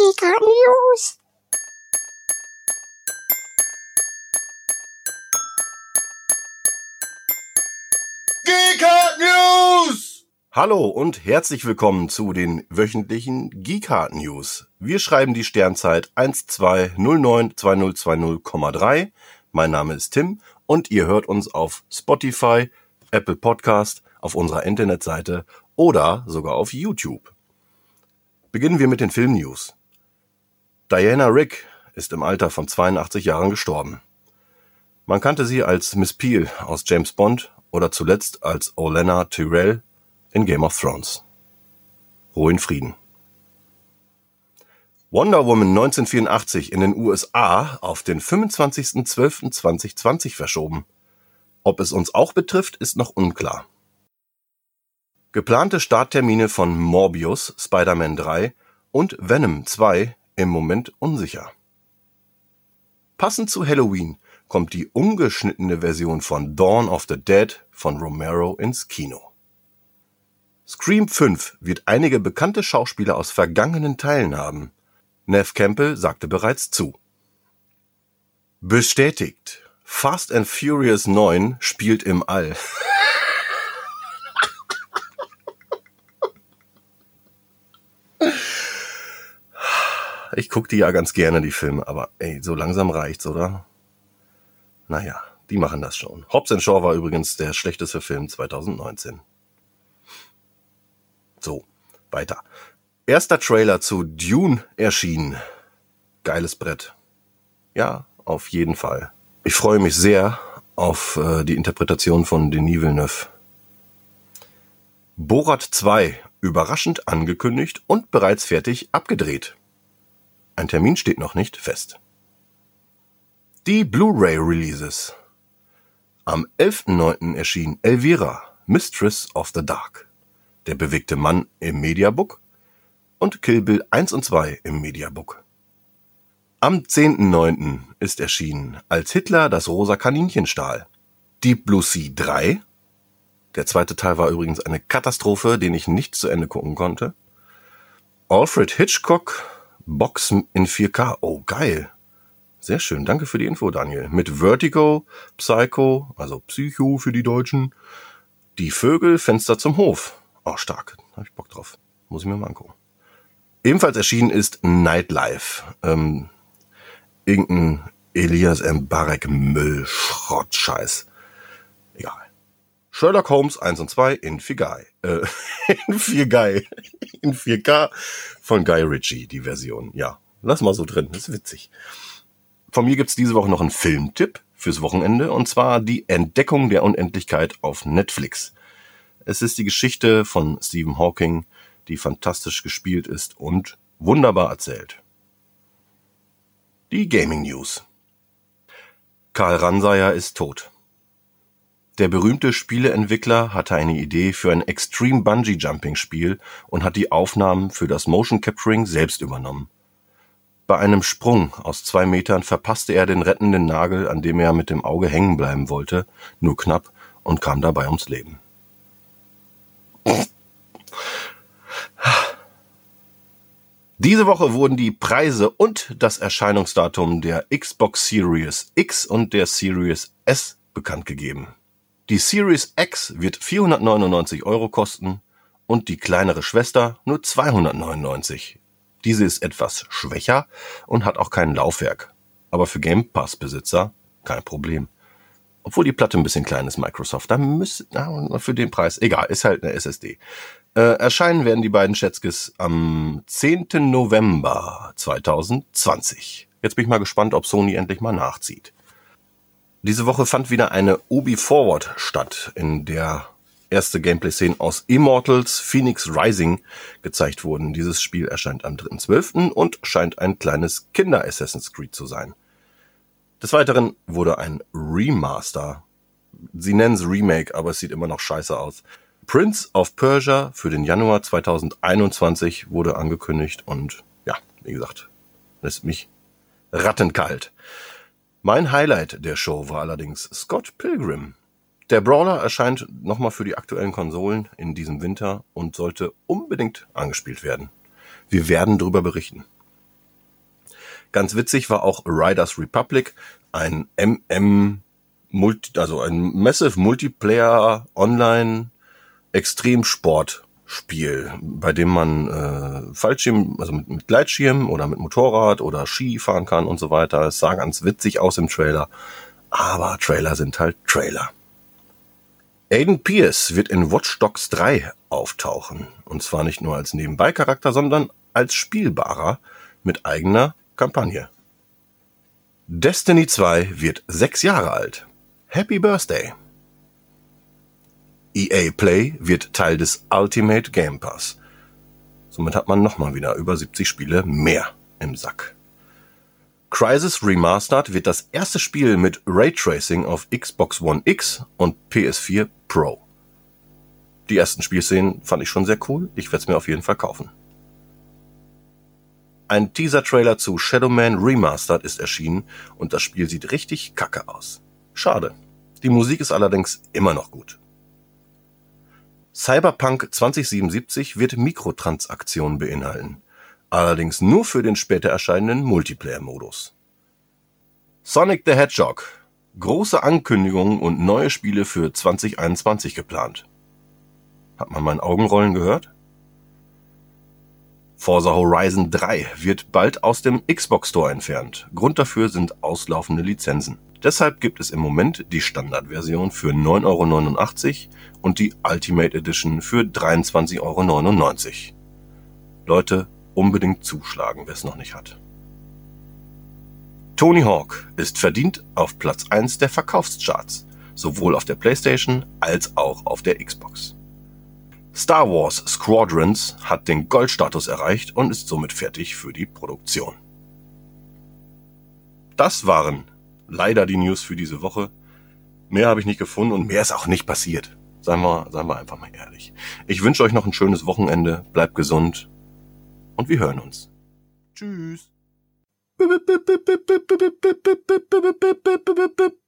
Geek News. Geek News! Hallo und herzlich willkommen zu den wöchentlichen Geek News. Wir schreiben die Sternzeit 12092020,3. Mein Name ist Tim und ihr hört uns auf Spotify, Apple Podcast, auf unserer Internetseite oder sogar auf YouTube. Beginnen wir mit den Film-News. Diana Rigg ist im Alter von 82 Jahren gestorben. Man kannte sie als Miss Peel aus James Bond oder zuletzt als Olenna Tyrell in Game of Thrones. Ruhe in Frieden. Wonder Woman 1984 in den USA auf den 25.12.2020 verschoben. Ob es uns auch betrifft, ist noch unklar. Geplante Starttermine von Morbius, Spider-Man 3 und Venom 2 im Moment unsicher. Passend zu Halloween kommt die ungeschnittene Version von Dawn of the Dead von Romero ins Kino. Scream 5 wird einige bekannte Schauspieler aus vergangenen Teilen haben. Neve Campbell sagte bereits zu. Bestätigt. Fast and Furious 9 spielt im All. Ich gucke die ja ganz gerne, die Filme, aber so langsam reicht's, oder? Naja, die machen das schon. Hobbs & Shaw war übrigens der schlechteste Film 2019. So, weiter. Erster Trailer zu Dune erschienen. Geiles Brett. Ja, auf jeden Fall. Ich freue mich sehr auf die Interpretation von Denis Villeneuve. Borat 2, überraschend angekündigt und bereits fertig abgedreht. Ein Termin steht noch nicht fest. Die Blu-ray-Releases. Am 11.09. erschien Elvira, Mistress of the Dark, Der bewegte Mann im Mediabook und Kill Bill 1 und 2 im Mediabook. Am 10.09. ist erschienen Als Hitler das rosa Kaninchen stahl, Deep Blue Sea 3. Der zweite Teil war übrigens eine Katastrophe, den ich nicht zu Ende gucken konnte. Alfred Hitchcock, Box in 4K. Oh, geil. Sehr schön, danke für die Info, Daniel. Mit Vertigo, Psycho, also Psycho für die Deutschen, Die Vögel, Fenster zum Hof. Oh, stark, hab ich Bock drauf. Muss ich mir mal angucken. Ebenfalls erschienen ist Nightlife. Irgendein Elias Mbarek Müll, Schrott, Scheiß. Egal. Sherlock Holmes 1 und 2 in 4K. In 4K von Guy Ritchie, die Version. Ja, lass mal so drin, ist witzig. Von mir gibt's diese Woche noch einen Filmtipp fürs Wochenende, und zwar Die Entdeckung der Unendlichkeit auf Netflix. Es ist die Geschichte von Stephen Hawking, die fantastisch gespielt ist und wunderbar erzählt. Die Gaming News. Karl Ranseier ist tot. Der berühmte Spieleentwickler hatte eine Idee für ein Extreme Bungee Jumping Spiel und hat die Aufnahmen für das Motion Capturing selbst übernommen. Bei einem Sprung aus 2 Metern verpasste er den rettenden Nagel, an dem er mit dem Auge hängen bleiben wollte, nur knapp, und kam dabei ums Leben. Diese Woche wurden die Preise und das Erscheinungsdatum der Xbox Series X und der Series S bekannt gegeben. Die Series X wird 499 € kosten und die kleinere Schwester nur 299 €. Diese ist etwas schwächer und hat auch kein Laufwerk. Aber für Game Pass-Besitzer kein Problem. Obwohl die Platte ein bisschen klein ist, Microsoft. Da für den Preis, egal, ist halt eine SSD. Erscheinen werden die beiden Schätzkes am 10. November 2020. Jetzt bin ich mal gespannt, ob Sony endlich mal nachzieht. Diese Woche fand wieder eine Ubi Forward statt, in der erste Gameplay-Szenen aus Immortals Phoenix Rising gezeigt wurden. Dieses Spiel erscheint am 3.12. und scheint ein kleines Kinder-Assassin's Creed zu sein. Des Weiteren wurde ein Remaster, sie nennen es Remake, aber es sieht immer noch scheiße aus. Prince of Persia für den Januar 2021 wurde angekündigt und ja, wie gesagt, lässt mich rattenkalt. Mein Highlight der Show war allerdings Scott Pilgrim. Der Brawler erscheint nochmal für die aktuellen Konsolen in diesem Winter und sollte unbedingt angespielt werden. Wir werden darüber berichten. Ganz witzig war auch Riders Republic, ein ein Massive Multiplayer Online Extremsportspiel, bei dem man Fallschirm, also mit Gleitschirm oder mit Motorrad oder Ski fahren kann und so weiter. Es sah ganz witzig aus im Trailer, aber Trailer sind halt Trailer. Aiden Pierce wird in Watch Dogs 3 auftauchen. Und zwar nicht nur als Nebenbeicharakter, sondern als spielbarer mit eigener Kampagne. Destiny 2 wird 6 Jahre alt. Happy Birthday! EA Play wird Teil des Ultimate Game Pass. Somit hat man nochmal wieder über 70 Spiele mehr im Sack. Crysis Remastered wird das erste Spiel mit Raytracing auf Xbox One X und PS4 Pro. Die ersten Spielszenen fand ich schon sehr cool. Ich werde es mir auf jeden Fall kaufen. Ein Teaser-Trailer zu Shadow Man Remastered ist erschienen und das Spiel sieht richtig kacke aus. Schade. Die Musik ist allerdings immer noch gut. Cyberpunk 2077 wird Mikrotransaktionen beinhalten. Allerdings nur für den später erscheinenden Multiplayer-Modus. Sonic the Hedgehog. Große Ankündigungen und neue Spiele für 2021 geplant. Hat man mein Augenrollen gehört? Forza Horizon 3 wird bald aus dem Xbox Store entfernt. Grund dafür sind auslaufende Lizenzen. Deshalb gibt es im Moment die Standardversion für 9,89 € und die Ultimate Edition für 23,99 €. Leute, unbedingt zuschlagen, wer es noch nicht hat. Tony Hawk ist verdient auf Platz 1 der Verkaufscharts, sowohl auf der PlayStation als auch auf der Xbox. Star Wars Squadrons hat den Goldstatus erreicht und ist somit fertig für die Produktion. Das waren leider die News für diese Woche. Mehr habe ich nicht gefunden und mehr ist auch nicht passiert. Seien wir einfach mal ehrlich. Ich wünsche euch noch ein schönes Wochenende, bleibt gesund und wir hören uns. Tschüss.